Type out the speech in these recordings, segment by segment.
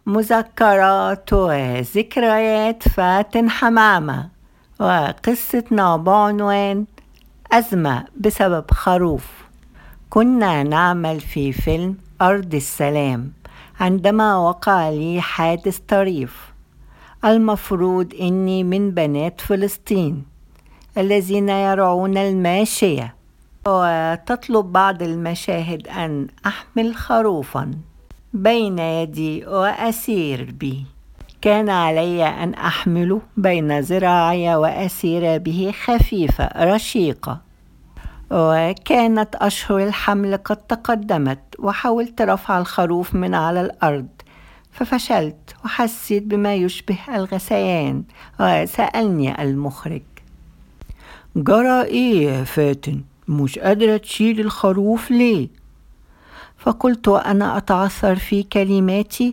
مذكرات وذكريات فاتن حمامة، وقصتنا بعنوان أزمة بسبب خروف. كنا نعمل في فيلم أرض السلام عندما وقع لي حادث طريف. المفروض إني من بنات فلسطين الذين يرعون الماشية، وتطلب بعض المشاهد أن أحمل خروفاً بين يدي وأسير به. كان علي أن أحمله بين ذراعي وأسير به خفيفة رشيقة، وكانت أشهر الحمل قد تقدمت، وحاولت رفع الخروف من على الأرض ففشلت وحسيت بما يشبه الغثيان. وسألني المخرج: جرى إيه يا فاتن؟ مش قادرة تشيل الخروف ليه؟ فقلت وأنا أتعثر في كلماتي: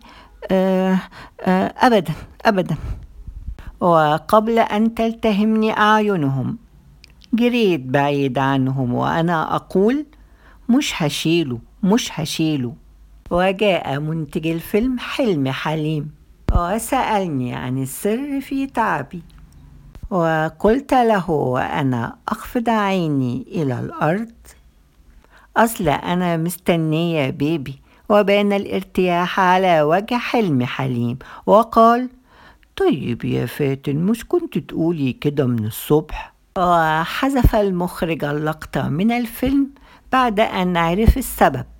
أبدا أبدا. وقبل أن تلتهمني أعينهم جريت بعيد عنهم وأنا أقول: مش هشيله مش هشيله. وجاء منتج الفيلم حلمي حليم وسألني عن السر في تعبي، وقلت له وأنا أخفض عيني إلى الأرض: أصل أنا مستنية بيبي. وبان الارتياح على وجه حلمي حليم وقال: طيب يا فاتن، مش كنت تقولي كده من الصبح؟ وحذف المخرج اللقطة من الفيلم بعد أن عرف السبب.